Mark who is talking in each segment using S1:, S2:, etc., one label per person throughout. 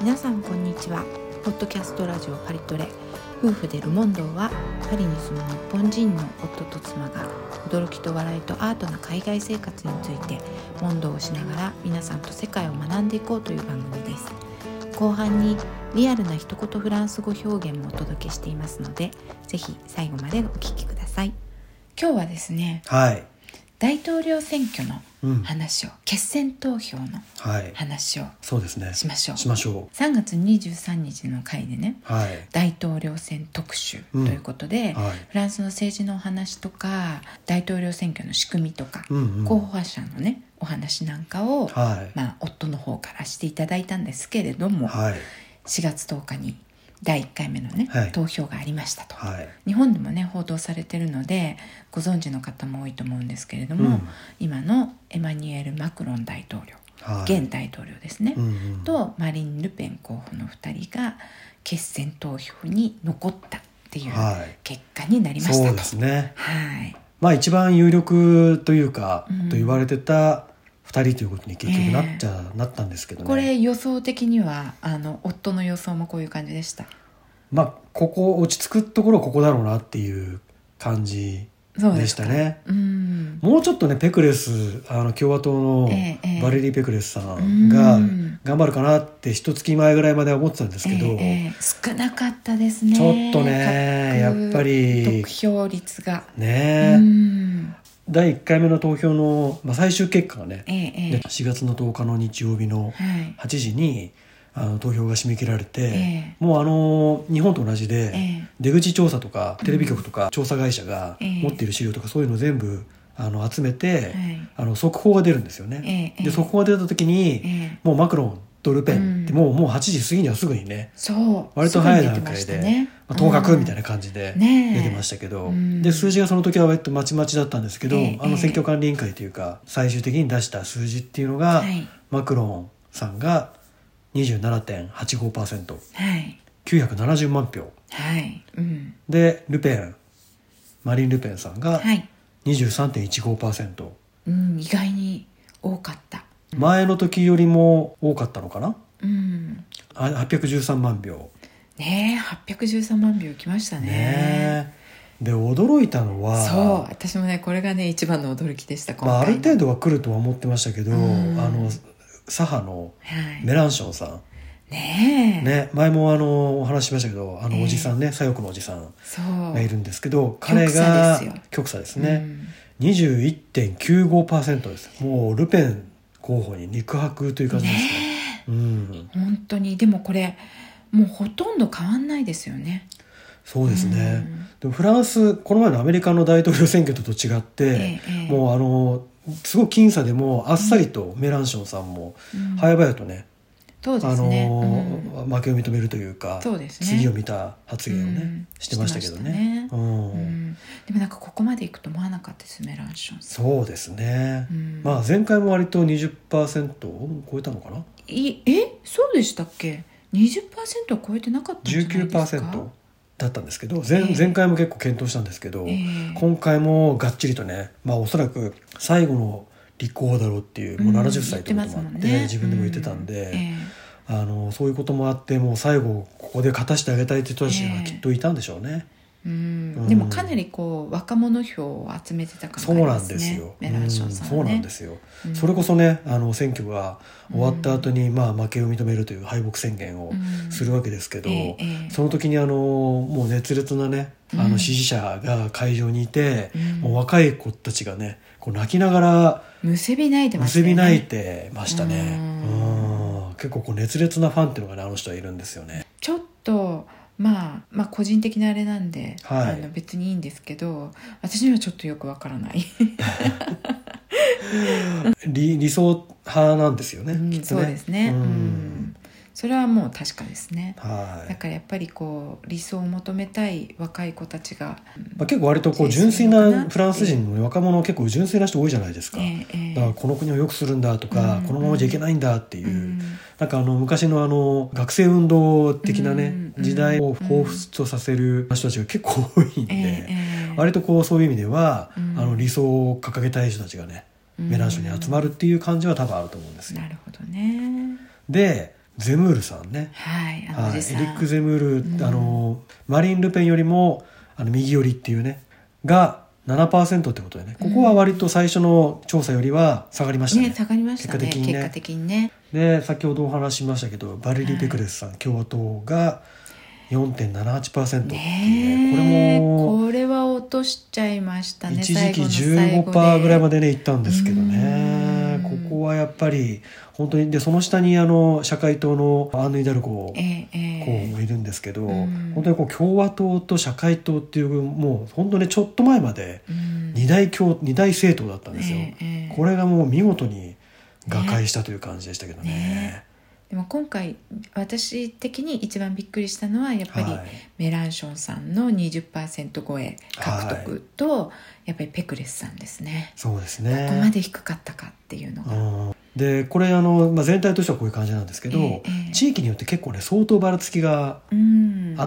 S1: 皆さんこんにちは。ポッドキャストラジオパリトレ、夫婦でルモンドはパリに住む日本人の夫と妻が驚きと笑いとアートな海外生活について問答をしながら皆さんと世界を学んでいこうという番組です。後半にリアルな一言フランス語表現もお届けしていますので、ぜひ最後までお聞きください。今日はですね、大統領選挙の話を、決選投票の話をしましょう。3月23日の回でね、大統領選特集ということで、フランスの政治のお話とか大統領選挙の仕組みとか、候補者のねお話なんかを、夫の方からしていただいたんですけれども、4月10日に第1回目のね、投票がありましたと、日本でもね報道されてるのでご存知の方も多いと思うんですけれども、今のエマニュエル・マクロン大統領、現大統領ですね、とマリン・ルペン候補の2人が決選投票に残ったっていう結果になりましたと。
S2: そうですね、一番有力というか、と言われてた2人ということに結局なったんですけどね。
S1: これ予想的には夫の予想もこういう感じでした。
S2: ここ落ち着くところはここだろうなっていう感じでしたね。もうちょっとねペクレス共和党のバレリー・ペクレスさんが頑張るかなって一月前ぐらいまでは思ってたんですけど、
S1: 少なかったですね。
S2: ちょっとねやっぱり
S1: 得票率が
S2: ね、第1回目の投票の、最終結果がね、4月の10日の日曜日の8時に、投票が締め切られて、もう日本と同じで、出口調査とかテレビ局とか調査会社が持っている資料とかそういうのを全部集めて、速報が出るんですよね。で速報が出た時に、もうマクロンとルペンってもう8時過ぎにはすぐにね、割と早い段階で当確みたいな感じで出てましたけど、で数字がその時は割とまちまちだったんですけど、選挙管理委員会というか最終的に出した数字っていうのが、マクロンさんが 27.85%、970万票、でルペン、マリン・ルペンさんが 23.15%、
S1: 意外に多かった。
S2: 前の時よりも多かったのかな、813万票
S1: ね、813万票きましたね。
S2: で驚いたのは、
S1: そう私もねこれがね一番の驚きでした。
S2: ある程度は来るとは思ってましたけど、左派のメランションさん、前もお話ししましたけど、おじさんね、左翼のおじさんがいるんですけど、彼が極左ですね、21.95% です。もうルペン候補に肉薄という感じですね。
S1: 本当に。でもこれもうほとんど変わんないですよね。
S2: そうですね、でもフランスこの前のアメリカの大統領選挙と違って、もうすごく僅差でもあっさりとメランションさんも早々とね、負けを認めるというか、次を見た発言をね、してましたけどね。で
S1: もなんかここまでいくと思わなかったです、メランションさん。
S2: そうですね、前回も割と 20% を超えたのかな。
S1: そうでしたっけ。 20% を超えてなかったんじゃないですか。
S2: 19% だったんですけど、前回も結構検討したんですけど、今回もがっちりとね、おそらく最後の立候補だろうっていう、もう70歳ということもあって、自分でも言ってたんで、そういうこともあって、もう最後ここで勝たせてあげたいって人たちがきっといたんでしょうね。
S1: でもかなり若者票を集めてた感がありますね。メランションさんはね。そうなんですよ。それこそね、選挙が終わった後に負けを認めるという敗北宣言をするわけですけど、その時にもう熱烈なね支持者が会場にいて、もう若い子たちがね泣きながらむせび泣いてま
S2: したね。結構熱烈なファンっていうのがね、人はいるんですよね。
S1: ちょっと個人的なあれなんで、別にいいんですけど、私にはちょっとよくわからない
S2: 理想派なんですよね、きっとね。
S1: そうですね、それはもう確かですね。だからやっぱり理想を求めたい若い子たちが、
S2: 結構割と純粋なフランス人の若者、結構純粋な人多いじゃないですか。だからこの国を良くするんだとか、このままじゃいけないんだっていう、なんか昔の学生運動的なね、時代を彷彿とさせる人たちが結構多いんで、割とそういう意味では、理想を掲げたい人たちがね、メランションに集まるっていう感じは多分あると思うんですよ。
S1: なるほどね。
S2: でゼムールさんね、
S1: はい、
S2: エリック・ゼムール、マリン・ルペンよりも右寄りっていうねが 7% ってことでね、ここは割と最初の調査よりは下がりましたね。
S1: 下がりましたね、結果的にね。
S2: で先ほどお話ししましたけどバレリー・ペクレスさん、共和党が 4.78% っていうね、
S1: これは落としちゃいましたね。
S2: 一時期 15% ぐらいまでねいったんですけどね、ここはやっぱり本当にでその下に社会党のアンヌ・イダルゴ候補もいるんですけど、本当に共和党と社会党っていうもう本当にちょっと前まで二大政党だったんですよ、これがもう見事に瓦解したという感じでしたけどね。
S1: でも今回私的に一番びっくりしたのはやっぱりメランションさんの 20% 超え獲得と、やっぱりペクレスさんですね。
S2: そうですね、
S1: ここまで低かったかっていうのが、
S2: でこれ全体としてはこういう感じなんですけど、地域によって結構ね相当ばらつきがあって、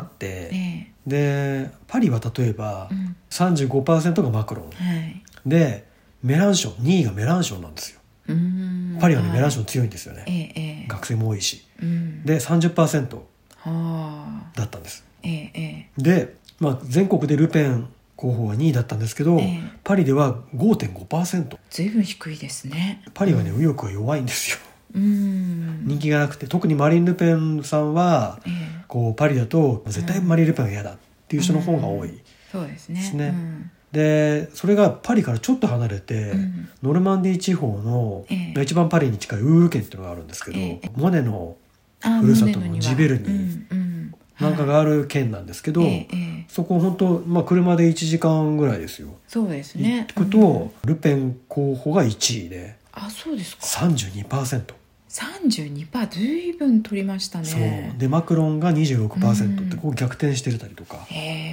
S2: でパリは例えば 35% がマクロン、でメランション2位がメランションなんですよ。パリはねメランション強いんですよね、学生も多いし、で 30% だったんです、で、全国でルペン候補は2位だったんですけど、パリでは 5.5%、
S1: 随分低いですね。
S2: パリはね右翼が弱いんですよ、人気がなくて、特にマリン・ルペンさんは、パリだと絶対マリン・ルペンは嫌だっていう人の方が多い
S1: そうですね、
S2: でそれがパリからちょっと離れて、ノルマンディー地方の、一番パリに近いウール県っていうのがあるんですけど、モネのふるさとのジベルニなんかがある県なんですけど、そこ本当、車で1時間ぐらいですよ。
S1: そうですね。
S2: 行くと、ルペン候補が1位で、
S1: そうですか。
S2: 32%。
S1: 32%、随分取りましたね。
S2: そうでマクロンが 26% ってこう逆転してたりとか、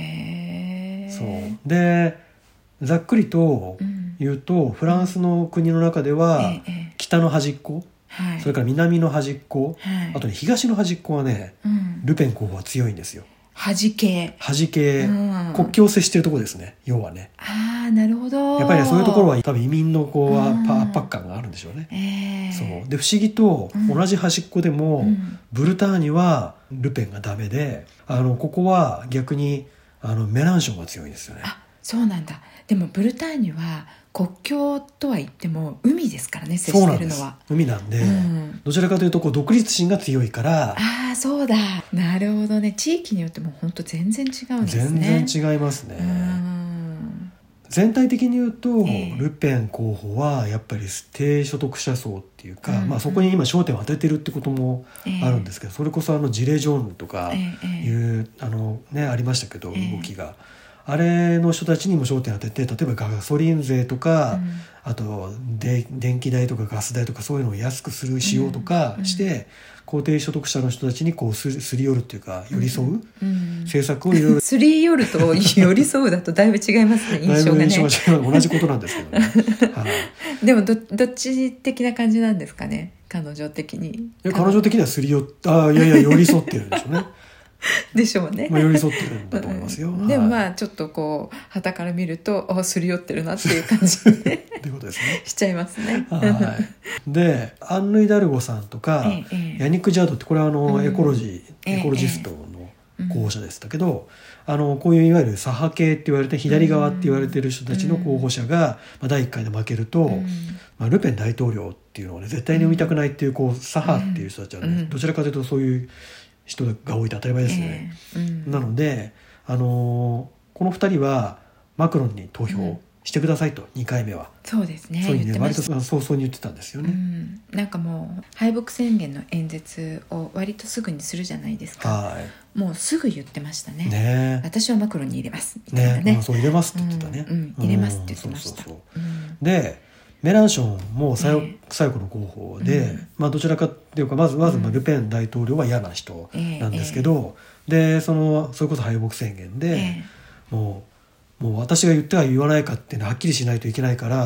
S2: そうでざっくりと言うと、フランスの国の中では北の端っこ、それから南の端っこ、あとね東の端っこはね、ルペン候補は強いんですよ。端系、国境を接してるところですね、要はね。
S1: なるほど。
S2: やっぱりそういうところは多分移民の圧迫感があるんでしょうね、そうで不思議と同じ端っこでも、ブルターニュはルペンがダメで、ここは逆にメランションが強いんですよね。
S1: そうなんだ。でもブルターニュは国境とは言っても海ですからね、接してるのは。
S2: 海なんで、どちらかというと独立心が強いから。
S1: そうだ、なるほどね。地域によっても本当全然違うんですね。
S2: 全然違いますね。全体的に言うと、ルペン候補はやっぱり低所得者層っていうか、そこに今焦点を当ててるってこともあるんですけど、それこそジレジョーヌとかいう、ありましたけど、動きが。あれの人たちにも焦点を当てて、例えばガソリン税とか、あと電気代とかガス代とかそういうのを安くしようとかして、高低所得者の人たちにすり寄るっていうか寄り添う、政策をいろいろ
S1: すり寄ると寄り添うだとだいぶ違いますね、印象がね。
S2: だいぶ印象が同じことなんですけどね、
S1: でもどっち的な感じなんですかね、彼女的に。
S2: 彼女的にはすり寄って寄り添ってるんでしょうね
S1: でしょうね、
S2: 寄り添ってるんだと思いますよ、
S1: でもちょっと旗から見るとすり寄ってるなっていう感じで
S2: ということですね
S1: しちゃいますね。
S2: でアンヌ・イダルゴさんとか、ヤニック・ジャードってこれはエコロジストの候補者でしたけど、こういういわゆる左派系って言われて左側って言われてる人たちの候補者が、第1回で負けると、ルペン大統領っていうのをね絶対に生みたくないっていう左派っていう人たちはね、どちらかというとそういう人が多いと当たり前ですね、なので、この2人はマクロンに投票してくださいと、2回目は。そうですね、そういうね割と早々に言ってたんですよね、
S1: なんかもう敗北宣言の演説を割とすぐにするじゃないですか、もうすぐ言ってましたね。私はマクロンに入れますみたいなね、
S2: そう入れますって言ってたね、
S1: 入れますって言ってました。
S2: でメランションも最後の候補で、どちらかっていうかまずルペン大統領は嫌な人なんですけど、でそれこそ敗北宣言で、もう私が言っては言わないかっていうのははっきりしないといけないから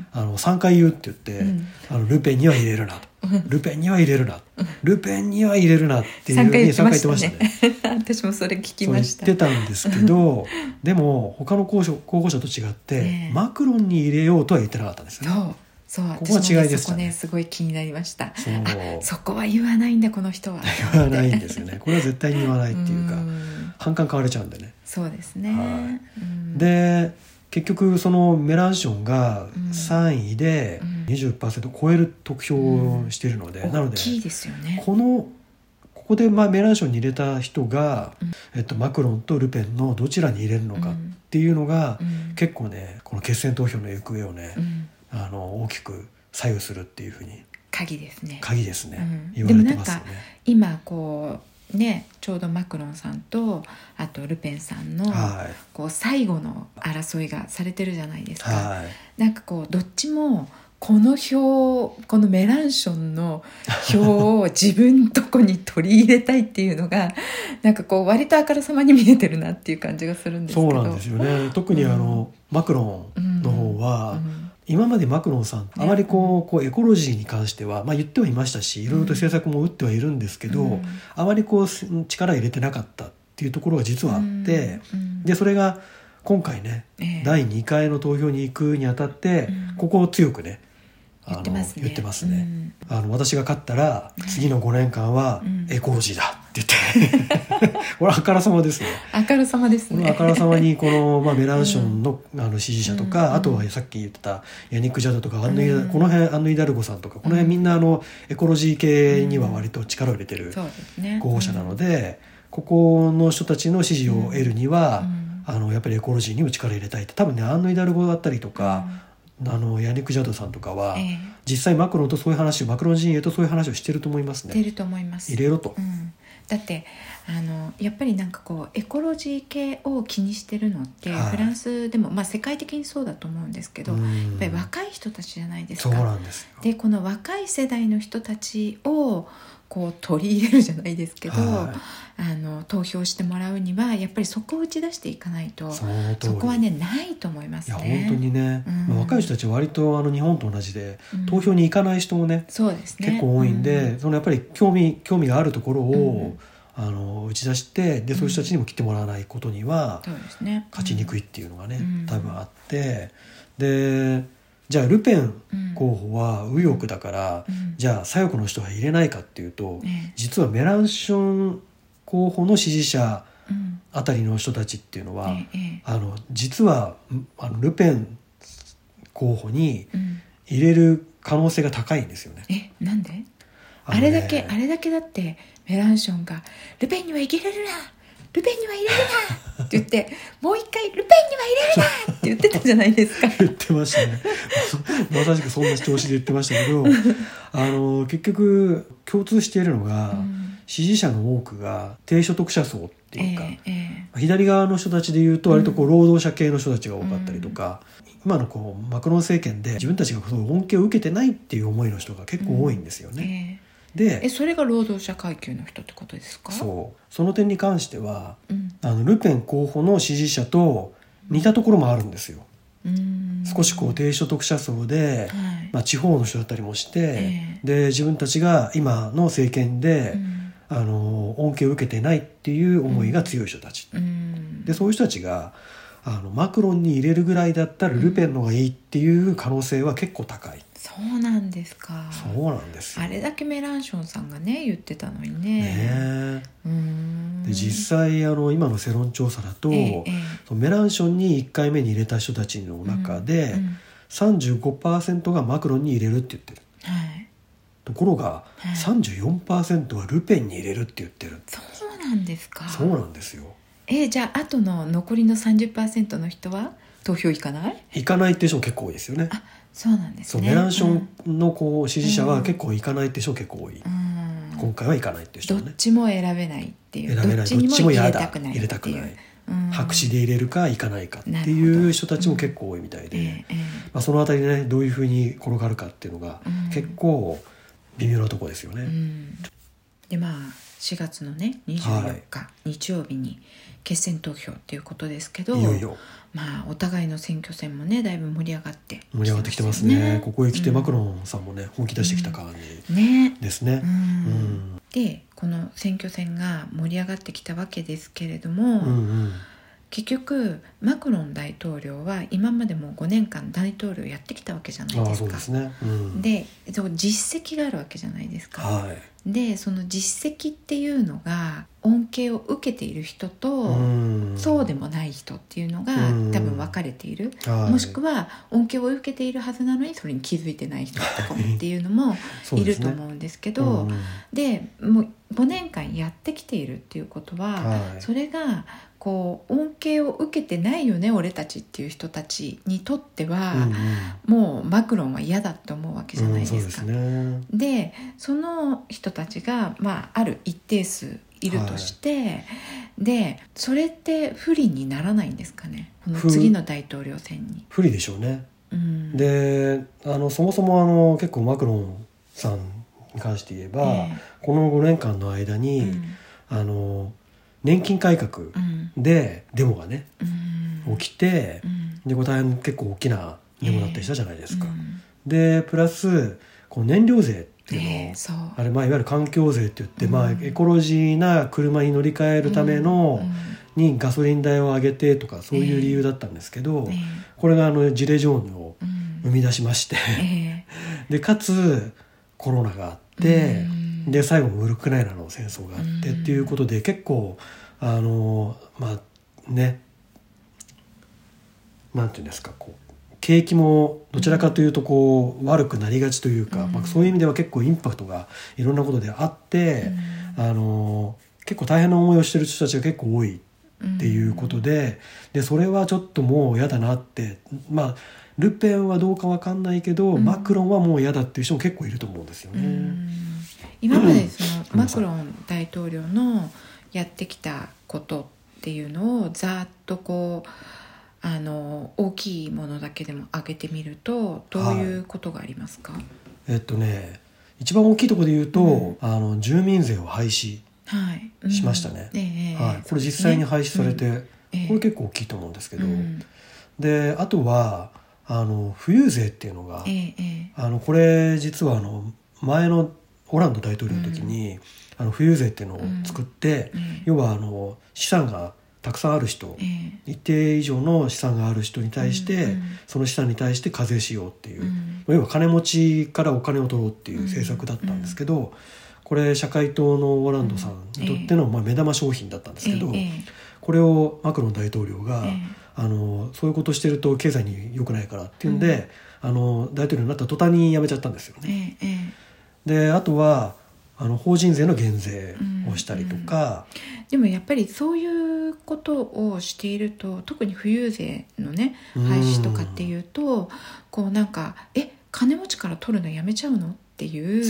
S2: 、3回言うって言って、ルペンには入れるなと、ルペンには入れるな、ルペンには入れるなっていうふうに3回言ってましたね。
S1: 私もそれ聞きました。
S2: そう言ってたんですけどでも他の候補者と違って、マクロンに入れようとは言ってなかったんですよね。
S1: そう、
S2: ここは違いです
S1: そこねすごい気になりました。そこは言わないんだこの人は
S2: 言わないんですよね。これは絶対に言わないっていうか反感買われちゃうんでね。
S1: そうですね、
S2: はい、で結局そのメランションが3位で 20% 超える得票をしているので、なので
S1: 大きいですよね。
S2: ここでメランションに入れた人が、マクロンとルペンのどちらに入れるのかっていうのが、結構ねこの決選投票の行方をね、大きく左右するっていうふうに
S1: 鍵ですね、
S2: 言われてますよね。でもなんか
S1: 今こうねちょうどマクロンさんとあとルペンさんの、こう最後の争いがされてるじゃないですか、なんかこうどっちもこのメランションの票を自分のとこに取り入れたいっていうのがなんかこう割とあからさまに見えてるなっていう感じがするんですけど。
S2: そうなんですよね。特にマクロンの方は、今までマクロンさんあまりこうエコロジーに関しては、言ってはいましたしいろいろと政策も打ってはいるんですけど、あまりこう力入れてなかったっていうところが実はあって、でそれが今回ね、第2回の投票に行くにあたって、ここを強くね言ってますね、私が勝ったら次の5年間はエコロジーだって言ってこれあからさまですね。
S1: あからさまですね。
S2: あからさまにこの、メランションの、支持者とか、あとはさっき言ってたヤニック・ジャドとかこの辺アンヌ・イダルゴさんとかこの辺みんなエコロジー系には割と力を入れてる候補者なので、ここの人たちの支持を得るには、やっぱりエコロジーにも力入れたいって多分ねアンヌ・イダルゴだったりとか、ヤニック・ジャドさんとかは、実際マクロン陣営とそういう話をしてると思いますね。
S1: してると思います。
S2: 入れろと、
S1: だってやっぱりなんかこうエコロジー系を気にしてるのって、フランスでも、世界的にそうだと思うんですけど、やっぱり若い人たちじゃないですか。
S2: そうなんですよ。
S1: でこの若い世代の人たちをこう取り入れるじゃないですけど、投票してもらうにはやっぱりそこを打ち出していかないと、そこはねないと思いますね。
S2: いや本当にね、若い人たちは割と日本と同じで、投票に行かない人もね、
S1: そうですね、
S2: 結構多いんで、やっぱり興味があるところを、打ち出して、でそういう人たちにも来てもらわないことには、勝ちにくいっていうのがね、多分あって、でじゃあルペン候補は右翼だから、じゃあ左翼の人は入れないかっていうと、実はメランション候補の支持者あたりの人たちっていうのは、実はルペン候補に入れる可能性が高いんですよね。
S1: なんで？あれだけだってメランションがルペンには入れるな、ルペンには入れるなって言ってもう一回ルペンには入れるなって言ってたじゃないですか。
S2: 言ってましたね。まさしくそんな調子で言ってましたけど結局共通しているのが、支持者の多くが低所得者層っていうか、左側の人たちでいうと割と労働者系の人たちが多かったりとか、今のマクロン政権で自分たちがそういう恩恵を受けてないっていう思いの人が結構多いんですよね。で
S1: それが労働者階級の人ってことですか？
S2: その点に関しては、ルペン候補の支持者と似たところもあるんですよ。少し低所得者層で、地方の人だったりもして、で自分たちが今の政権で、恩恵を受けてないっていう思いが強い人たち、でそういう人たちがマクロンに入れるぐらいだったらルペンの方がいいっていう可能性は結構高い。
S1: そうなんですか。
S2: そうなんですよ。
S1: あれだけメランションさんがね言ってたのにね。
S2: で実際今の世論調査だと、メランションに1回目に入れた人たちの中で、35% がマクロンに入れるって言ってる、ところが、34% はルペンに入れるって言ってる。
S1: そうなんですか。
S2: そうなんですよ。
S1: じゃあ後の残りの 30% の人は投票行かない
S2: っていう人も結構多いですよね。
S1: そうなんですね。
S2: メランションの支持者は結構行かないって人結構多い。今回は行かないっていう人ね。
S1: どっちも選べないっていう。
S2: 選べない。
S1: どっちにも入れたくない。
S2: 入れたくない。白紙で入れるか行かないかっていう人たちも結構多いみたいで、そのあたりでねどういうふうに転がるかっていうのが結構微妙なところですよね。
S1: で4月のね24日、日曜日に決選投票っていうことですけど、
S2: いよいよ
S1: お互いの選挙戦もねだいぶ盛り上がって
S2: きてますね。ここへ来てマクロンさんもね本気出してきた感じですね。で
S1: この選挙戦が盛り上がってきたわけですけれども、 結局マクロン大統領は今までも5年間大統領やってきたわけじゃないですか。
S2: そうですね、
S1: で実績があるわけじゃないですか、
S2: はい、
S1: でその実績っていうのが恩恵を受けている人とそうでもない人っていうのが多分分かれている、もしくは恩恵を受けているはずなのにそれに気づいてない人とかもっていうのもいると思うんですけど、でもう5年間やってきているっていうことは、それがこう恩恵を受けてないよね俺たちっていう人たちにとっては、もうマクロンは嫌だって思うわけじゃないですか。でその人たちが、ある一定数いるとして、でそれって不利にならないんですかね、この次の大統領選に。
S2: 不利でしょうね、でそもそも結構マクロンさんに関して言えば、この5年間の間に、年金改革でデモがね、起きて、で大変結構大きなデモだったりしたじゃないですか、でプラスこう燃料税っていうのを、あれいわゆる環境税って言って、エコロジーな車に乗り換えるための、にガソリン代を上げてとかそういう理由だったんですけど、これがジレジョーヌを生み出しまして、でかつコロナがあって、で最後もウクライナの戦争があってっていうことで、結構ね、なんていうんですか、こう景気もどちらかというとこう悪くなりがちというか、そういう意味では結構インパクトがいろんなことであって、結構大変な思いをしてる人たちが結構多いっていうことで、でそれはちょっともう嫌だなって、ルペンはどうか分かんないけど、マクロンはもう嫌だっていう人も結構いると思うんですよね。
S1: 今までそのマクロン大統領のやってきたことっていうのをざっとこう大きいものだけでも挙げてみるとどういうことがありますか？
S2: 一番大きいところで言うと、住民税を廃止しましたね、これ実際に廃止されて、これ結構大きいと思うんですけど、であとは富裕税っていうのが、これ実は前のオランド大統領の時に、富裕税っていうのを作って、要は資産がたくさんある人、一定以上の資産がある人に対して、その資産に対して課税しようっていう、要は金持ちからお金を取ろうっていう政策だったんですけど、これ社会党のオランドさんにとっての目玉商品だったんですけど、これをマクロン大統領が、そういうことしてると経済に良くないからっていうんで、大統領になった途端にやめちゃったんですよね。であとは法人税の減税をしたりとか、
S1: でもやっぱりそういうことをしていると、特に富裕税のね廃止とかっていうと、こうなんか金持ちから取るのやめちゃうのっていう、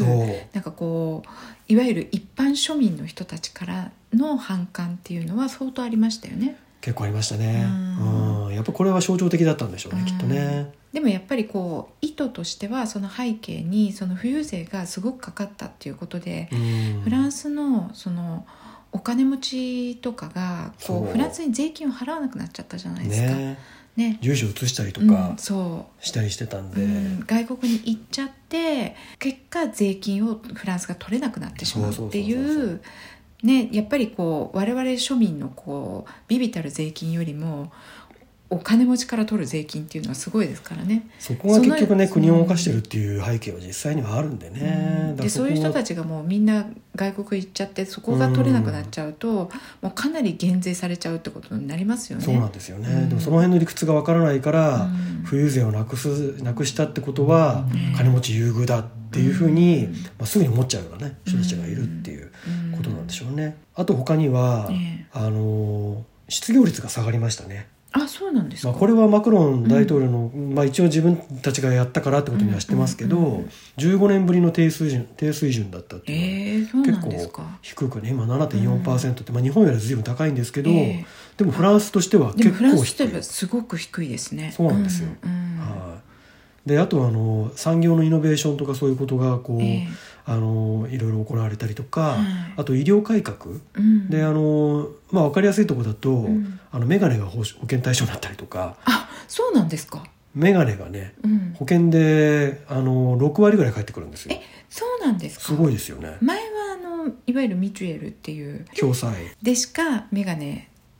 S1: なんかこういわゆる一般庶民の人たちからの反感っていうのは相当ありましたよね。
S2: 結構ありましたね。やっぱこれは象徴的だったんでしょうね、きっとね。
S1: でもやっぱりこう意図としては、その背景にその富裕税がすごくかかったっていうことで、フランスのそのお金持ちとかがこうフランスに税金を払わなくなっちゃったじゃないですか。
S2: 住所移したりとかしたりしてたんで、
S1: 外国に行っちゃって結果税金をフランスが取れなくなってしまうっていうね、やっぱりこう我々庶民のこう微々たる税金よりもお金持ちから取る税金っていうのはすごいですからね。
S2: そこが結局ね、国を動かしてるっていう背景は実際にはあるんでね、
S1: でそういう人たちがもうみんな外国行っちゃって、そこが取れなくなっちゃうと、もうかなり減税されちゃうってことになりますよね。
S2: そうなんですよね、でもその辺の理屈がわからないから、富裕税をなくしたってことは、金持ち優遇だっていうふうに、すぐに思っちゃうようなね人たちがいるっていうことなんでしょうね。あと他には、失業率が下がりましたね。
S1: そうなんですか。
S2: これはマクロン大統領の、一応自分たちがやったからってことには知ってますけど、15年ぶりの低水準だったっていうのは、結構低くね、今 7.4% って、日本よりは随分高いんですけど、でもフランスとしては結構低い。
S1: でもフランスとしてはすごく低いですね。
S2: そうなんですよ。であと産業のイノベーションとかそういうことがこう、いろいろ行われたりとか、あと医療改革、で分かりやすいところだと、メガネが保険対象になったりとか。
S1: そうなんですか。
S2: メガネがね、保険で6割ぐらい返ってくるんですよ。
S1: そうなんですか。
S2: すごいですよね。
S1: 前はいわゆるミチュエルっていう
S2: 共済
S1: でしかメガネっ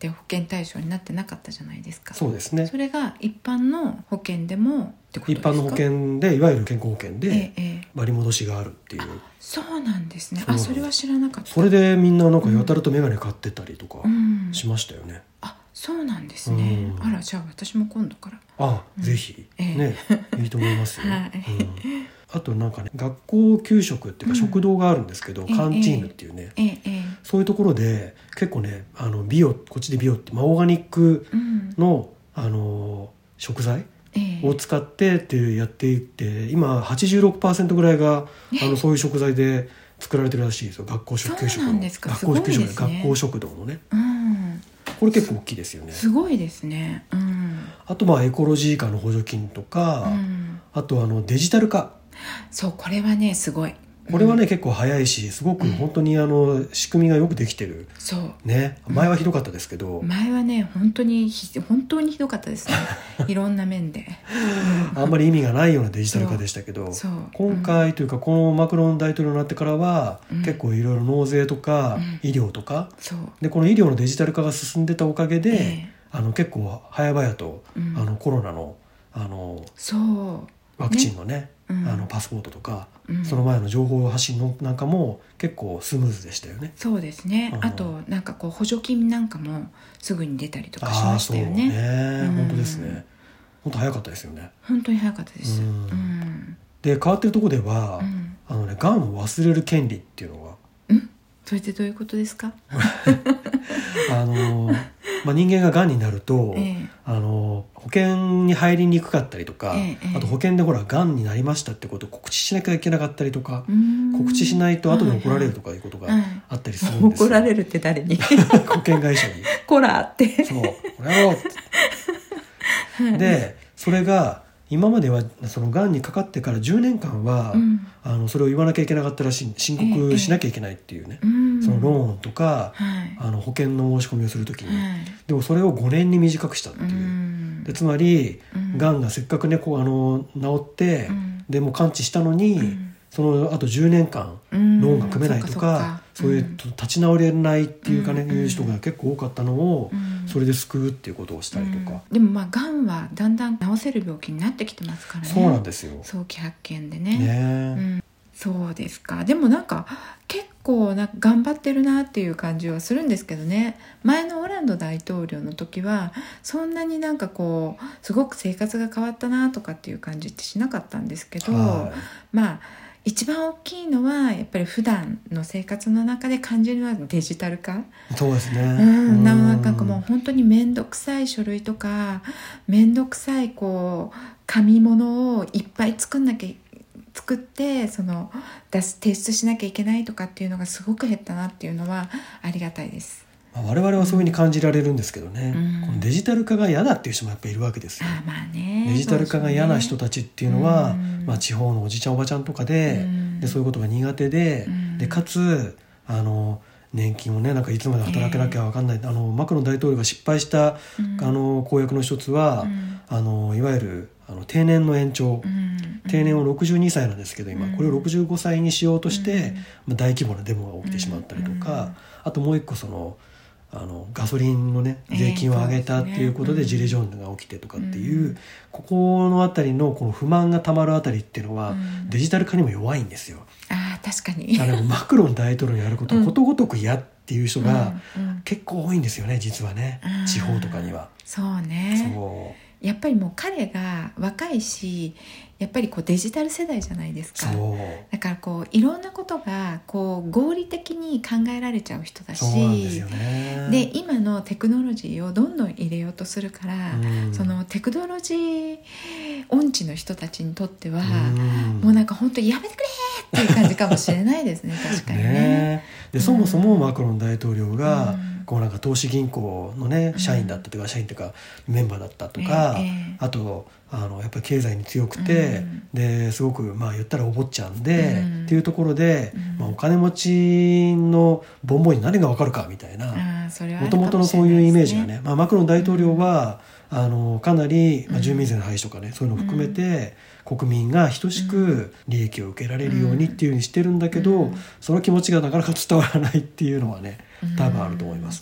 S1: って保険対象になってなかったじゃないですか。
S2: そうですね。
S1: それが一般の保険でもってことですか？
S2: 一般の保険でいわゆる健康保険で割り戻しがあるっていう、
S1: そうなんですね。それは知らなかった。
S2: それでみんななんかやたらと眼鏡買ってたりとかしましたよね。
S1: そうなんですね。あら、じゃあ私も今度から
S2: ぜひ、ねいいと思いますよ、あとなんかね、学校給食っていうか食堂があるんですけど、カンティーヌっていうね、そういうところで結構ね美容、こっちで美容ってオーガニックの、食材を使ってってやっていって、今 86% ぐらいがそういう食材で作られてるらしいですよ。学校給食の学校給食、学校食堂のね、これ結構大きいですよね。
S1: すごいですね。
S2: あとエコロジー化の補助金とか、あとデジタル化。
S1: そう、これはねすごい。
S2: これはね、結構早いし、すごく本当に仕組みがよくできてる。
S1: そう
S2: ね、前はひどかったですけど、
S1: 前はね本当にひどかったですねいろんな面で、
S2: あんまり意味がないようなデジタル化でしたけど、今回というかこのマクロン大統領になってからは、結構いろいろ納税とか、医療とかで、この医療のデジタル化が進んでたおかげで、結構早々と、コロナのワクチンのね、パスポートとか、その前の情報発信のなんかも結構スムーズでしたよね。
S1: そうですね。あとなんかこう補助金なんかもすぐに出たりとかしましたよね。
S2: 本当ですね。本当早かったですよね。
S1: 本当に早かったです。
S2: で、変わってるところでは、がんを忘れる権利っていうのが、
S1: それってどういうことですか？
S2: 人間ががんになると、保険に入りにくかったりとか、あと保険でがんになりましたってことを告知しなきゃいけなかったりとか、告知しないと後で怒られるとかいうことがあったりするんですよ。
S1: 怒られるって誰に？
S2: 保険会社に。
S1: こらって。
S2: そう、これやろうって。で、それが今まではそのがんにかかってから10年間は、それを言わなきゃいけなかったらしい、申告しなきゃいけないっていうね、そのローンとか、保険の申し込みをするときに、でもそれを5年に短くしたっていう、でつまりがんがせっかくね治って、でも完治したのに、そのあと10年間ローンが組めないとか、そういう立ち直れないっていうかね、いう人が結構多かったのを、それで救うっていうことをしたりとか。
S1: でもがんはだんだん治せる病気になってきてますからね。
S2: そうなんですよ。
S1: 早期発見でね。そうですか。でもなんか結構頑張ってるなっていう感じはするんですけどね。前のオランド大統領の時はそんなになんかこうすごく生活が変わったなとかっていう感じってしなかったんですけど、一番大きいのはやっぱり普段の生活の中で感じるのはデジタル化。
S2: そうですね。
S1: なんかもう本当に面倒くさい書類とか面倒くさいこう紙物をいっぱい作って提出しなきゃいけないとかっていうのがすごく減ったなっていうのはありがたいです。
S2: 我々はそういうふうに感じられるんですけどね、このデジタル化が嫌だっていう人もやっぱりいるわけですよ。デジタル化が嫌な人たちっていうのは、地方のおじちゃんおばちゃんとかで、そういうことが苦手で、かつ年金をね、なんかいつまで働けなきゃ分かんない、マクロン大統領が失敗した、公約の一つは、いわゆる定年の延長、定年を62歳なんですけど今これを65歳にしようとして、大規模なデモが起きてしまったりとか、あともう一個ガソリンのね税金を上げたっていうことでジレジョンが起きてとかっていう、ここのあたりのこの不満がたまるあたりっていうのは、デジタル化にも弱いんですよ。
S1: 確かに。
S2: マクロン大統領のやることをことごとく嫌っていう人が結構多いんですよね、実はね、地方とかには。
S1: そうね。やっぱりもう彼が若いし、やっぱりデジタル世代じゃないですか。だからいろんなことが合理的に考えられちゃう人だし、
S2: そうなんですよね。
S1: で今のテクノロジーをどんどん入れようとするから、そのテクノロジー音痴の人たちにとっては、もうなんか本当にやめてくれっていう感じかもしれないですね確かにね。
S2: でそもそもマクロン大統領が、なんか投資銀行のね社員だったとか、社員というかメンバーだったとか、あとやっぱり経済に強くて、ですごく言ったらお坊ちゃんで、っていうところで、お金持ちのボンボンに何が分かるかみたいな、もともとのそういうイメージがね、マクロン大統領は、かなり、住民税の廃止とかね、そういうのを含めて、国民が等しく利益を受けられるようにっていうふうにしてるんだけど、その気持ちがなかなか伝わらないっていうのはね多分あると思いますね。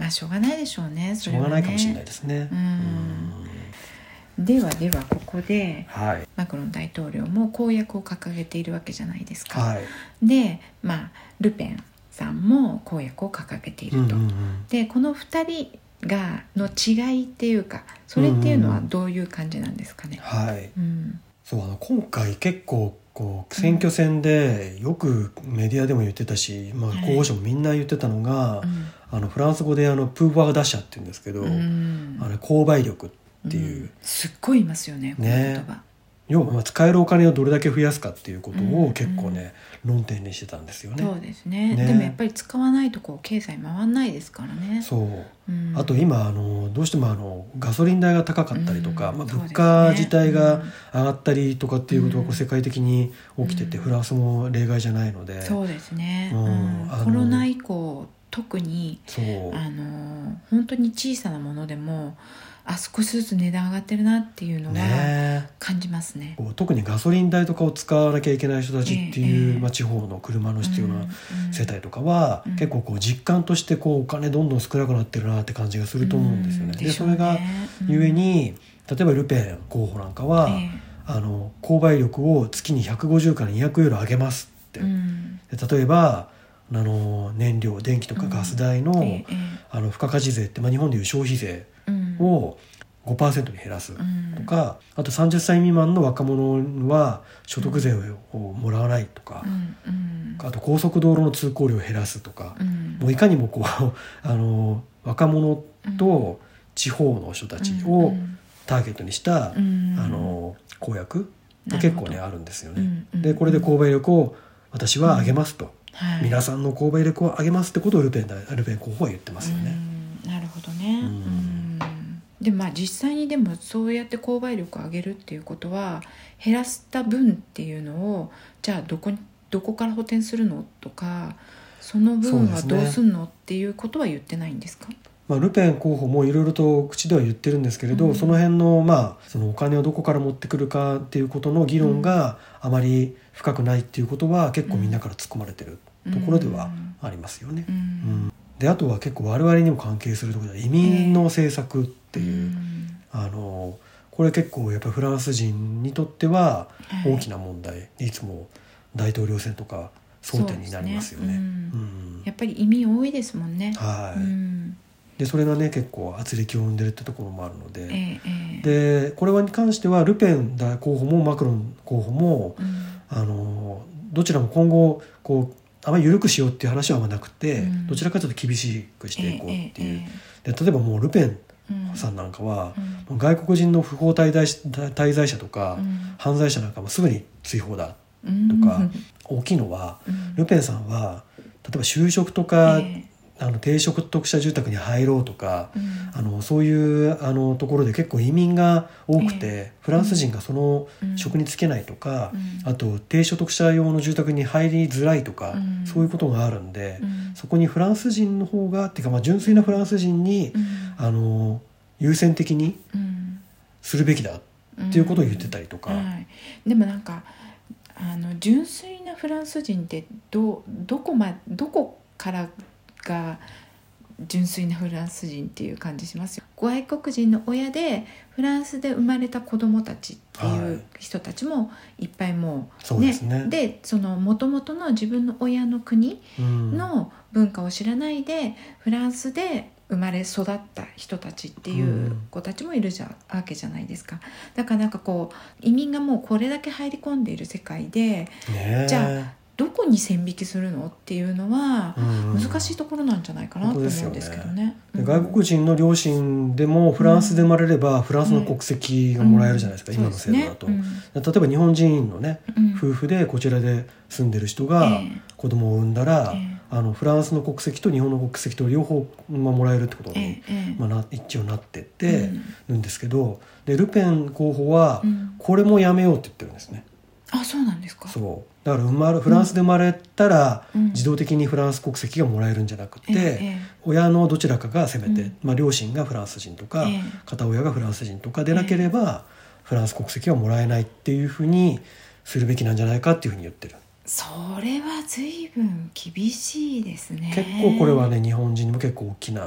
S1: まあしょうがないでしょうね、それはね。
S2: しょうがないかもしれないですね。
S1: ではここで、
S2: はい、
S1: マクロン大統領も公約を掲げているわけじゃないですか、
S2: はい、
S1: で、ルペンさんも公約を掲げていると、でこの2人の違いっていうか、それっていうのはどういう感じなんですかね。
S2: はい、そう今回結構選挙戦でよくメディアでも言ってたし、候補者もみんな言ってたのが、フランス語でプーバーダッシャって言うんですけど、購買力っていう、
S1: すっごい言いますよね、この言葉。
S2: 要は使えるお金をどれだけ増やすかっていうことを結構ね、論点にしてたんですよね。
S1: そうですね。でもやっぱり使わないと経済回んないですからね。
S2: そう、あと今どうしてもガソリン代が高かったりとか、物価自体が上がったりとかっていうことが世界的に起きてて、フランスも例外じゃないので。
S1: そうですね、コロナ以降特に本当に小さなものでも少しずつ値段上がってるなっていうのは感じますね。
S2: 特にガソリン代とかを使わなきゃいけない人たちっていう、地方の車の必要な世帯とかは、結構実感としてお金どんどん少なくなってるなって感じがすると思うんですよね。でそれがゆえに、例えばルペン候補なんかは、購買力を月に150から200ユーロ上げますって、で例えば燃料電気とかガス代の、付加価値税って、日本でいう消費税を 5% に減らすとか、あと30歳未満の若者は所得税をもらわないとか、あと高速道路の通行量を減らすとか、もういかにも若者と地方の人たちをターゲットにした公約が結構ねあるんですよね。でこれで購買力を私は上げますと、皆さんの購買力を上げますってことをルペン候補は言ってますよね。
S1: なるほどね。で実際にでもそうやって購買力を上げるっていうことは、減らした分っていうのをじゃあどこから補填するのとか、その分はどうすんのっていうことは言ってないんですか。
S2: ルペン候補もいろいろと口では言ってるんですけれど、その辺のそのお金をどこから持ってくるかっていうことの議論があまり深くないっていうことは結構みんなから突っ込まれてるところではありますよね。であとは結構我々にも関係するところで移民の政策っていう、これ結構やっぱりフランス人にとっては大きな問題、いつも大統領選とか争点になりますよね。
S1: やっぱり移民多いですもんね。
S2: でそれがね結構圧力を生んでるってところもあるので、でこれに関してはルペン候補もマクロン候補も、どちらも今後あまり緩くしようっていう話はあんまなくて、どちらかというと厳しくしていこうっていう、で例えばもうルペンさんなんかは、外国人の不法滞在者とか、犯罪者なんかもすぐに追放だとか、大きいのは、ルペンさんは例えば就職とか、低所得者住宅に入ろうとか、そういうところで結構移民が多くて、フランス人がその職に就けないとか、あと低所得者用の住宅に入りづらいとか、そういうことがあるんで、そこにフランス人の方がっていうか、純粋なフランス人に、優先的にするべきだっていうことを言ってたりとか、
S1: でもなんか純粋なフランス人ってどこからが純粋なフランス人っていう感じしますよ。外国人の親でフランスで生まれた子供たちっていう人たちもいっぱいもう、
S2: そうですね。
S1: でその元々の自分の親の国の文化を知らないで、フランスで生まれ育った人たちっていう子たちもいるわけじゃないですか。だからなんか移民がもうこれだけ入り込んでいる世界で、じゃあどこに線引きするのっていうのは難しいところなんじゃないかなと思うんですけどね。
S2: 外国人の両親でもフランスで生まれればフランスの国籍がもらえるじゃないですか、今の制度だと、例えば日本人のね、夫婦でこちらで住んでる人が子供を産んだら、フランスの国籍と日本の国籍と両方もらえるってことに、一応なってってるんですけど、でルペン候補はこれもやめようって言ってるんですね。
S1: あ、そうなんですか。
S2: そうだからフランスで生まれたら自動的にフランス国籍がもらえるんじゃなくて、親のどちらかがせめて、両親がフランス人とか、片親がフランス人とかでなければ、フランス国籍はもらえないっていうふうにするべきなんじゃないかっていうふうに言ってる。
S1: それは随分厳しいですね。
S2: 結構これはね、日本人にも結構大きな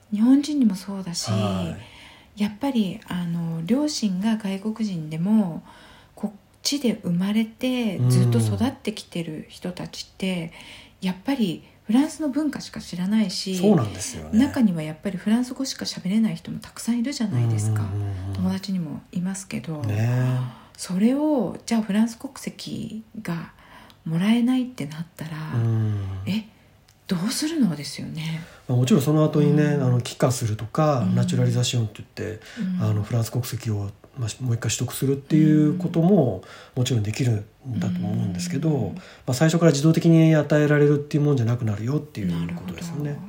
S1: 日本人にもそうだし、やっぱり両親が外国人でもこっちで生まれてずっと育ってきてる人たちって、やっぱりフランスの文化しか知らないし、
S2: そうなんですよね、
S1: 中にはやっぱりフランス語しか喋れない人もたくさんいるじゃないですか。友達にもいますけど、それをじゃあフランス国籍がもらえないってなったら、どうするのですよね。
S2: もちろんその後にね、帰化するとか、ナチュラリザションって言って、フランス国籍をもう一回取得するっていうことももちろんできるんだと思うんですけど、最初から自動的に与えられるっていうもんじゃなくなるよっていうことですよね。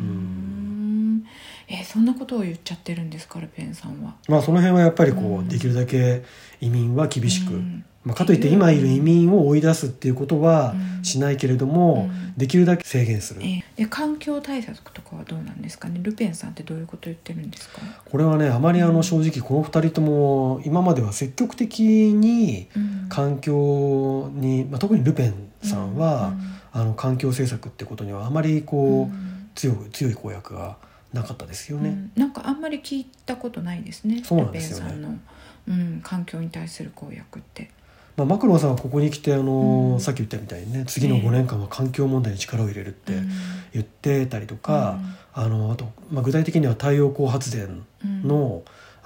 S1: そんなことを言っちゃってるんですか、ルペンさんは。
S2: その辺はやっぱりできるだけ移民は厳しく、かといって今いる移民を追い出すっていうことはしないけれども、できるだけ制限する。
S1: 環境対策とかはどうなんですかね。ルペンさんってどういうことを言ってるんですか。
S2: これはね、あまり正直この2人とも今までは積極的に環境に、特にルペンさんは、環境政策ってことにはあまり強い公約がなかったですよね。
S1: なんかあんまり聞いたことないですね。
S2: そうなんですよね。
S1: ルペンさんの、環境に対する公約って。
S2: マクロンさんはここに来てさっき言ったみたいにね、次の5年間は環境問題に力を入れるって言ってたりとか、あと、具体的には太陽光発電の、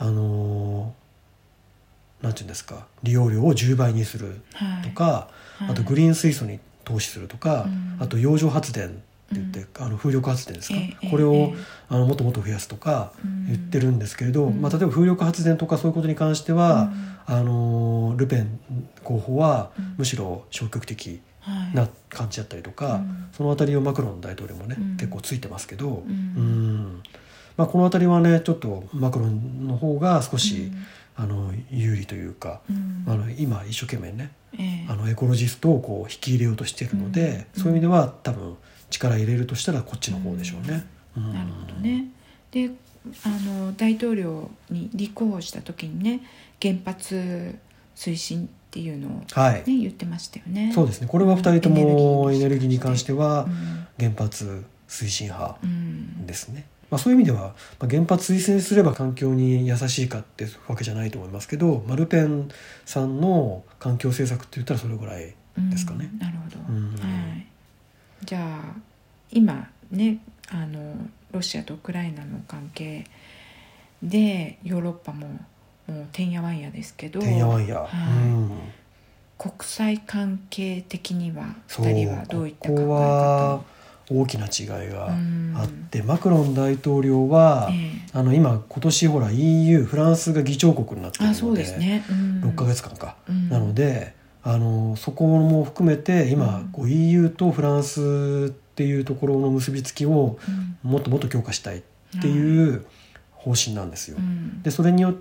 S2: なんていうんですか、利用量を10倍にするとか、あとグリーン水素に投資するとか、あと洋上発電って言って、風力発電ですか、これをもっともっと増やすとか言ってるんですけれど、例えば風力発電とかそういうことに関しては、ルペン候補はむしろ消極的な感じだったりとか、そのあたりをマクロン大統領もね、結構ついてますけど、このあたりはねちょっとマクロンの方が少し、有利というか、今一生懸命ね、エコロジストを引き入れようとしているので、そういう意味では多分力入れるとしたらこっちの方でしょうね。
S1: なるほどね。で大統領に立候補した時にね、原発推進っていうのを、言ってましたよね。
S2: そうですね。これは2人ともエネルギーに関しては原発推進派ですね。そういう意味では、原発推進すれば環境に優しいかってわけじゃないと思いますけど、ルペンさんの環境政策って言ったらそれぐらいですかね。
S1: なるほど。じゃあ今ね、ロシアとウクライナの関係でヨーロッパもうてんやわんやですけど、
S2: てんやわんや、
S1: 国際関係的には2人はどういった考え方を。
S2: ここは大きな違いがあって、マクロン大統領は、今年ほら EU フランスが議長国になっているので、6ヶ月間か、なのでそこも含めて今、EU とフランスっていうところの結びつきをもっともっと強化したいっていう方針なんですよ。でそれによって、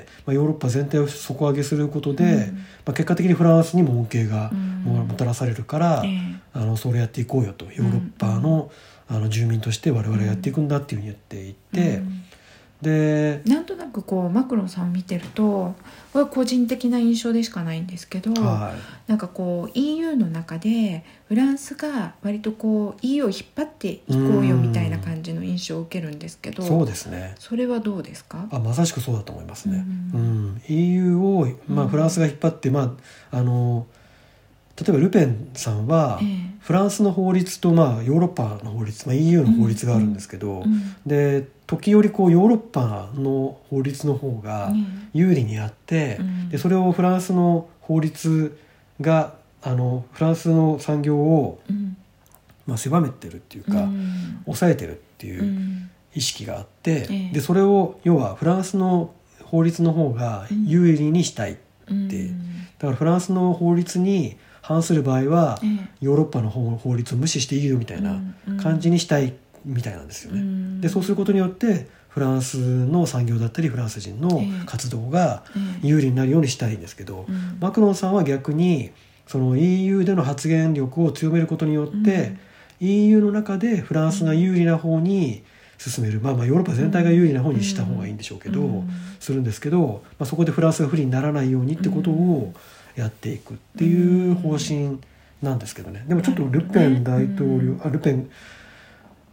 S2: ヨーロッパ全体を底上げすることで、結果的にフランスにも恩恵がもたらされるから、それやっていこうよと、ヨーロッパの、住民として我々やっていくんだっていうふうに言っていて、で
S1: なんとなくマクロンさんを見てると、これは個人的な印象でしかないんですけど、なんかEU の中でフランスが割とEU を引っ張っていこうよみたいな感じの印象を受けるんですけど、
S2: そうですね。
S1: それはどうですか？
S2: まさしくそうだと思いますね。EU を、フランスが引っ張って、例えばルペンさんはフランスの法律と、ヨーロッパの法律、EU の法律があるんですけど、で時折ヨーロッパの法律の方が有利にあって、でそれをフランスの法律がフランスの産業を、狭めてるっていうか、抑えてるっていう意識があって、でそれを要はフランスの法律の方が有利にしたいって、だからフランスの法律に反する場合は、ヨーロッパの法律を無視していいよみたいな感じにしたいみたいなんですよね。でそうすることによってフランスの産業だったりフランス人の活動が有利になるようにしたいんですけど、マクロンさんは逆にその EU での発言力を強めることによって、EU の中でフランスが有利な方に進める、ヨーロッパ全体が有利な方にした方がいいんでしょうけど、するんですけど、そこでフランスが不利にならないようにってことをやっていくっていう方針なんですけどね。でもちょっとルペン大統領、ルペン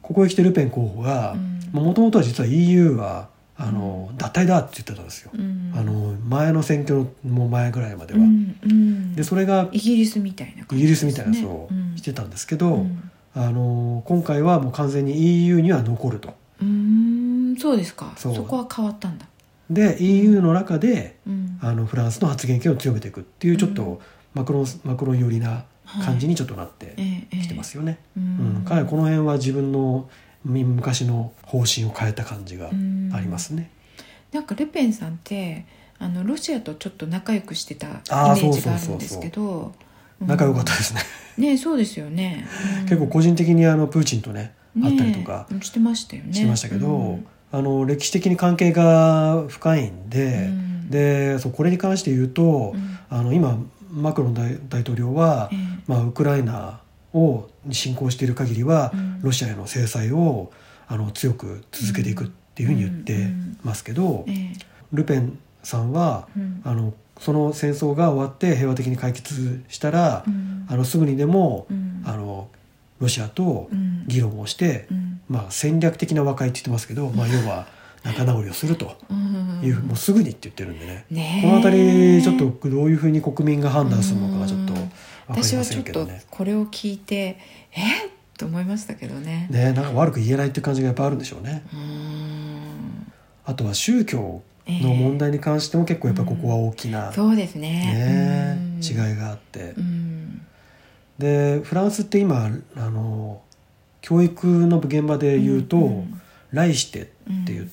S2: ここへ来てルペン候補がもともとは実は EU は脱退だって言ってたんですよ、前の選挙の前ぐらいまでは、でそれが
S1: イギリスみたいな感
S2: じですね、イギリスみたいなそうしてたんですけど、今回はもう完全に EU には残ると。
S1: そうですか。そこは変わったんだ。
S2: で EU の中で、フランスの発言権を強めていくっていうちょっとマクロン寄りな感じにちょっとなってきてますよね。かなりこの辺は自分の昔の方針を変えた感じがありますね。
S1: なんかルペンさんってロシアとちょっと仲良くしてたイメージがあるんですけど、
S2: 仲良かったですね。
S1: ね、そうですよね。
S2: 結構個人的にプーチンとね会ったりとか
S1: してましたよね。
S2: してましたけど、歴史的に関係が深いんで、これに関して言うと、今マクロン大統領は、ウクライナを侵攻している限りは、ロシアへの制裁を強く続けていくっていうふうに言ってますけど、ルペンさんは、その戦争が終わって平和的に解決したら、すぐにでも、ロシアと議論をして、戦略的な和解って言ってますけど、要は仲直りをするという、もうすぐにって言ってるんでね、このあたりちょっとどういうふうに国民が判断するのかちょっと分かりませんけどね。
S1: 私はちょっとこれを聞いてと思いましたけどね。
S2: なんか悪く言えないっていう感じがやっぱあるんでしょうね。あとは宗教の問題に関しても結構やっぱここは大きな、
S1: そうですね、
S2: 違いがあって、でフランスって今教育の現場で言うと、ライシテって言って、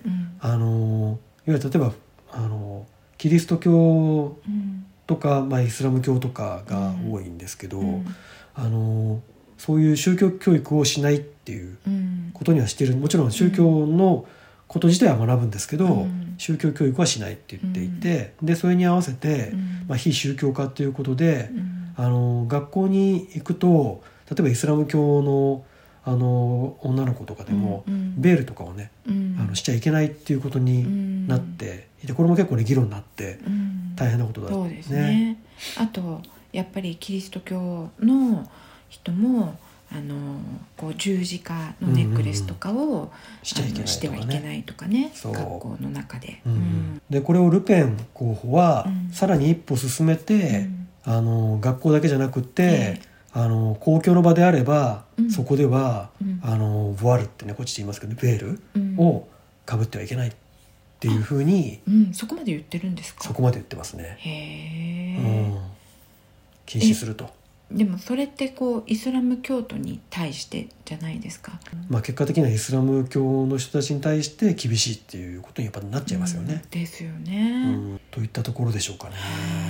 S2: いわゆる例えばキリスト教とか、イスラム教とかが多いんですけど、そういう宗教教育をしないっていうことにはしてる。もちろん宗教のこと自体は学ぶんですけど、宗教教育はしないって言っていて、でそれに合わせて、非宗教化ということで、学校に行くと例えばイスラム教の女の子とかでも、ベールとかをね、しちゃいけないっていうことになっていて、これも結構ね議論になって大変なことだった
S1: そうですね。あとやっぱりキリスト教の人もこう十字架のネックレスとかをしてはいけないとかね、学校の中で、
S2: でこれをルペン候補はさらに一歩進めて、学校だけじゃなくて、公共の場であれば、そこでは、ボワールってねこっちで言いますけど、ベールをかぶってはいけないっていうふうに、
S1: そこまで言ってるんですか。
S2: そこまで言ってますね。禁止すると。
S1: でもそれってこうイスラム教徒に対してじゃないですか。
S2: 結果的にはイスラム教の人たちに対して厳しいっていうことにやっぱなっちゃいますよね。
S1: ですよね。
S2: といったところでしょうかね。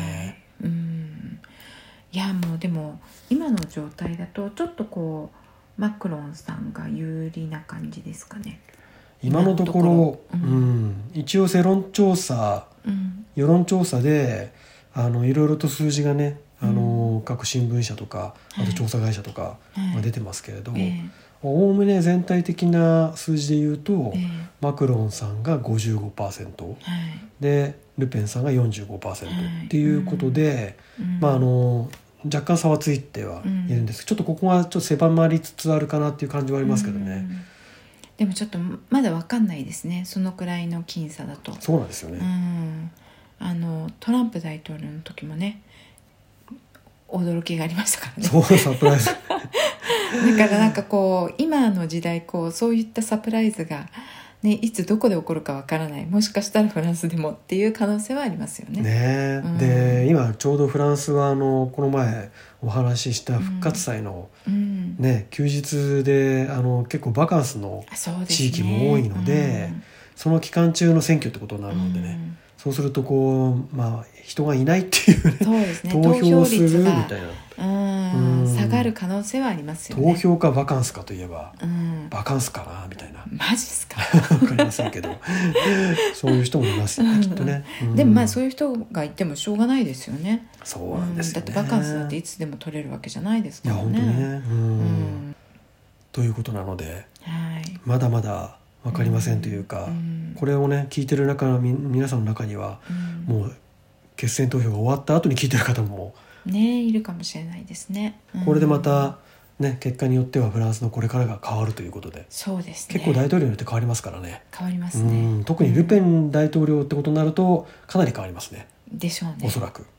S1: いやもうでも今の状態だとちょっとこうマクロンさんが有利な感じですかね。
S2: 今のところ、一応世論調査、世論調査でいろいろと数字がね、各新聞社とかあと調査会社とかが出てますけれど、おおむね全体的な数字で言うと、マクロンさんが 55%、でルペンさんが 45% っていうことで、若干差はついてはいるんですけど、ちょっとここはちょっと狭まりつつあるかなっていう感じはありますけどね。
S1: でもちょっとまだ分かんないですね、そのくらいの僅差だと。
S2: そうなんですよね。
S1: トランプ大統領の時もね驚きがありましたからね。
S2: そうサプライズだ
S1: からなんかこう今の時代こうそういったサプライズが、ね、いつどこで起こるかわからない、もしかしたらフランスでもっていう可能性はありますよね。
S2: で今ちょうどフランスはこの前お話しした復活祭の、休日で結構バカンスの地域も多いので、その期間中の選挙ってことになるのでね、そうするとこう、人がいないっていうね、
S1: そうですね、
S2: 投票するみたい
S1: な下がる可能性はありますよね。
S2: 投票かバカンスかといえば、バカンスかなみたいな。
S1: マジっすか
S2: 分かりませんけどそういう人もいますよね、きっとね。
S1: でもそういう人がいてもしょうがないですよね。
S2: そうなんですよね。
S1: だってバカンスだっていつでも取れるわけじゃないですからね。
S2: いや本当にね、ということなので、まだまだ分かりませんというか、これをね聞いてる中の皆さんの中には、もう決選投票が終わった後に聞いてる方も
S1: ねいるかもしれないですね。
S2: これでまたね、結果によってはフランスのこれからが変わるということで、
S1: そうですね、
S2: 結構大統領によって変わりますからね。
S1: 変わりますね。
S2: 特にルペン大統領ってことになるとかなり変わりますね。
S1: でしょうね、
S2: おそらく。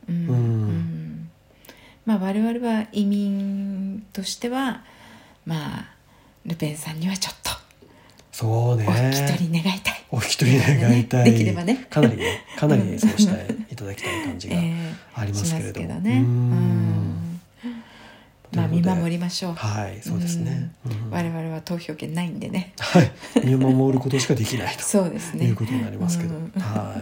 S1: まあ、我々は移民としては、まあ、ルペンさんにはちょっと
S2: そうね、
S1: お引き取り願いたい、
S2: お引き取り願いたい、
S1: できればね、
S2: かなりそうしていただきたい感じがありますけれども、
S1: しますけどね。まあ見守りましょう。
S2: はい、そうですね。
S1: 我々は投票権ないんでね。
S2: はい、見守ることしかできないと
S1: そうですね。
S2: いうことになりますけど、はい。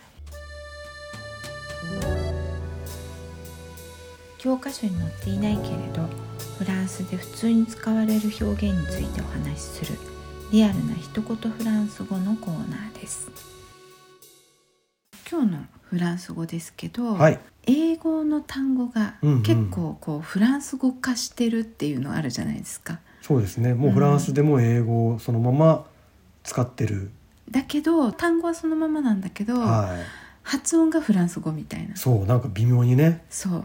S1: 教科書に載っていないけれど、フランスで普通に使われる表現についてお話しするリアルな一言フランス語のコーナーです。今日のフランス語ですけど、はい、英語の単語が結構こうフランス語化してるっていうのあるじゃないですか。
S2: そうですね、もうフランスでも英語をそのまま使ってる、
S1: だけど単語はそのままなんだけど、はい、発音がフランス語みたいな、
S2: そうなんか微妙にね、
S1: そう、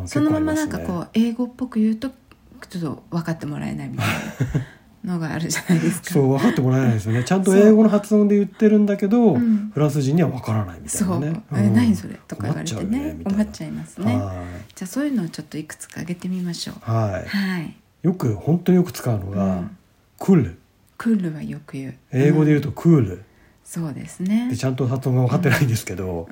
S1: そのままなんかこう英語っぽく言うとちょっと分かってもらえないみたいなのがあるじゃないですか。
S2: そう、分かってもらえないですよね。ちゃんと英語の発音で言ってるんだけど、フランス人には分からないみたいなね。
S1: そう、何それとか言われてね、困っちゃいますね。じゃあそういうのをちょっといくつか挙げてみましょう。はい、はい、本当によく使うのが、クール。 クールはよく言う。
S2: 英語で言うとクール。
S1: そうですね。
S2: でちゃんと発音が分かってないんですけど、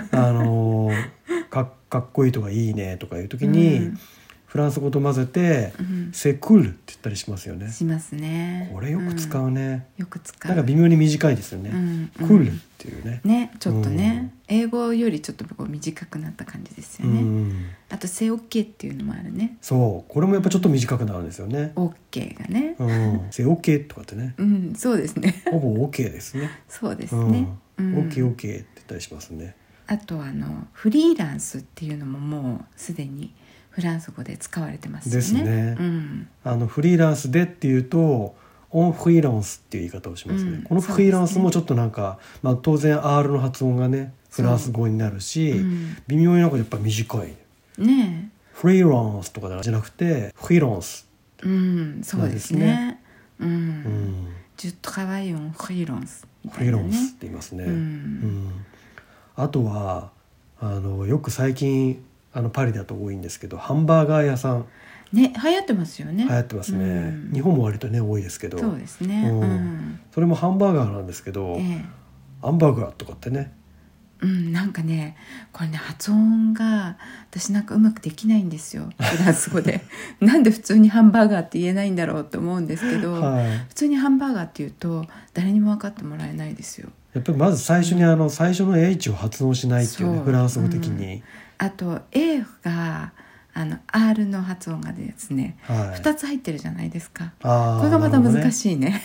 S2: かっこいいとかいいねとかいう時に、フランス語と混ぜて、セクールって言ったりしますよね。
S1: しますね。
S2: これよく使うね。
S1: よく使う。
S2: なんか微妙に短いですよね。クールっていうね。
S1: ね、ちょっとね、英語よりちょっと短くなった感じですよね。あとセオッケーっていうのもあるね。
S2: そう、これもやっぱちょっと短くなるんですよね。
S1: オッケーがね。
S2: セオッケーとかってね。
S1: そうですね。
S2: ほぼオッケーですね。
S1: そうですね。
S2: オッケーオッケーって言ったりしますね。
S1: あとフリーランスっていうのももうすでにフランス語で使われてますよね。
S2: ですね。フリーランスでっていうとオンフリーランスっていう言い方をしますね。このフリーランスもちょっとなんか、当然 R の発音がねフランス語になるし、微妙になんかやっぱ短いね。フリーランスとかじゃなくてフリーランス、
S1: そうですね。Je travaille en freelance みたいなね。
S2: フリーランスって言いますね。あとはよく最近パリだと多いんですけど、ハンバーガー屋さん
S1: ね、流行ってますよね。
S2: 流行ってますね。日本も割とね多いですけど、
S1: そうですね。
S2: それもハンバーガーなんですけど、ハンバーガーとかってね、
S1: なんかね、これね発音が私なんかうまくできないんですよ、フランス語で。なんで普通にハンバーガーって言えないんだろうと思うんですけど、普通にハンバーガーって言うと誰にも分かってもらえないですよ。
S2: やっぱりまず最初に最初の H を発音しないっていうね、フランス語的に。あ
S1: と A がR の発音がですね、2つ入ってるじゃないですか。これがまた難しいね。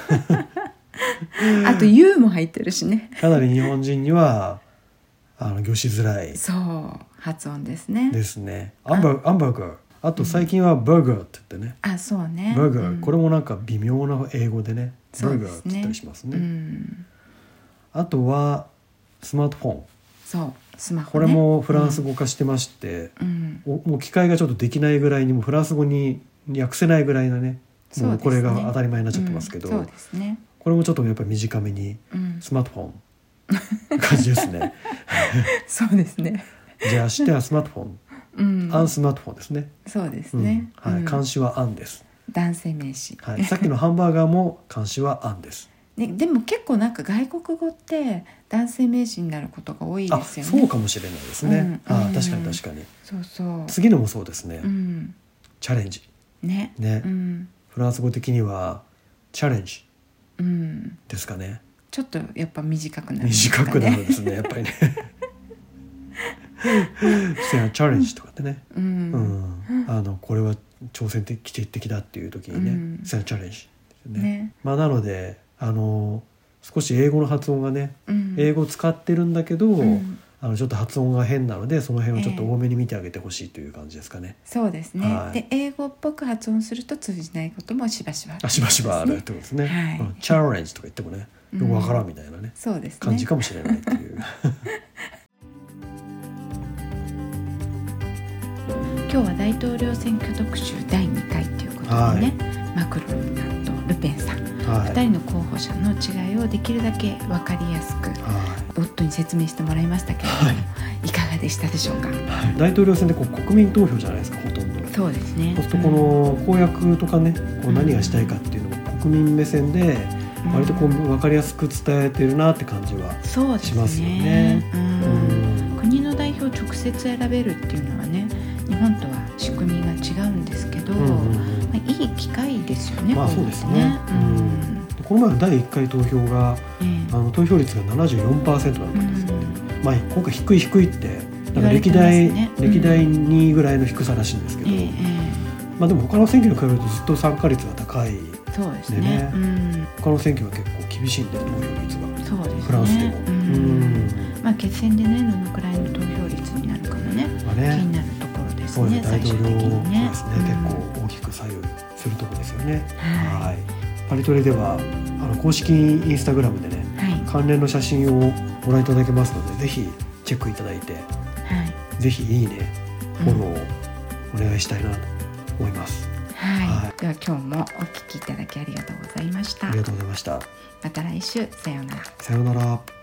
S1: あと U も入ってるしね。
S2: かなり日本人には業しづらい
S1: 発音ですね。
S2: ですね。アンバーガー。あと最近はバーガーって言ってね。
S1: そうね。
S2: バーガー、これもなんか微妙な英語でね、バーガーって言ったりしますね。あとはスマートフォン。
S1: スマホね。
S2: これもフランス語化してまして、もう機械がちょっとできないぐらいにもフランス語に訳せないぐらいなね、もうこれが当たり前になっちゃってますけど、
S1: そうですね。
S2: これもちょっとやっぱり短めに、スマートフォン感じですね。
S1: そうですね。
S2: じゃあしてはスマートフォン、アンスマートフォンですね。
S1: そうですね。
S2: 漢詞はアンです。
S1: 男性名詞。
S2: さっきのハンバーガーも漢詞はアンです。
S1: でも結構なんか外国語って男性名詞になることが多いですよね。
S2: そうかもしれないですね。確かに確かに。
S1: そう。
S2: 次のもそうですね。チャレンジ。
S1: ね。
S2: フランス語的にはチャレンジですかね。
S1: ちょっとやっぱ短くなる。
S2: 短くなるんですね、やっぱりね。チャレンジとかってね、これは挑戦的だっていう時にね、チャレンジね。なので少し英語の発音がね、英語を使ってるんだけど、ちょっと発音が変なので、その辺をちょっと多めに見てあげてほしいという感じですかね。
S1: そうですね。で英語っぽく発音すると通じないこともしばしばある、
S2: しばしばあるってことですね。チャレンジとか言ってもね、よくわからんみたいなね、感じかもしれないっていう。
S1: 今日今日は大統領選挙特集第2回ということでね、はい、マクロンさんとルペンさん、はい、2人の候補者の違いをできるだけ分かりやすく、はい、夫に説明してもらいましたけれども、はい、いかがでしたでしょうか。はい、
S2: 大統領選で国民投票じゃないですか、ほとんど。
S1: そうですね。
S2: そうするとこの公約とかね、何がしたいかっていうのを国民目線で割と分かりやすく伝えてるなって感じはしますよね。
S1: 国の代表を直接選べるっていうのはね、日本とは仕組みが違うんですけど、いい機会ですよね。
S2: そうですね。この前の第1回投票が、投票率が 74% だったんですよね。今回低いってなんか歴代2位ぐらいの低さらしいんですけど、でも他の選挙に比べるとずっと参加率が高い。
S1: そうですね。
S2: 他の選挙は結構厳しいんで、投票率が。
S1: そうですね。
S2: フランスでも。
S1: 決戦でね、どのくらいの投票率になるかもね、気になるところですね。
S2: 大統領ですね、
S1: 結
S2: 構大きく左右するところですよね。はい。パリトレでは公式インスタグラムでね、関連の写真をご覧いただけますので、ぜひチェックいただいて、ぜひいいね、フォローお願いしたいなと思います。
S1: では今日もお聞きいただきありがとうございました。
S2: ありがとうございました。
S1: また来週、さようなら。
S2: さようなら。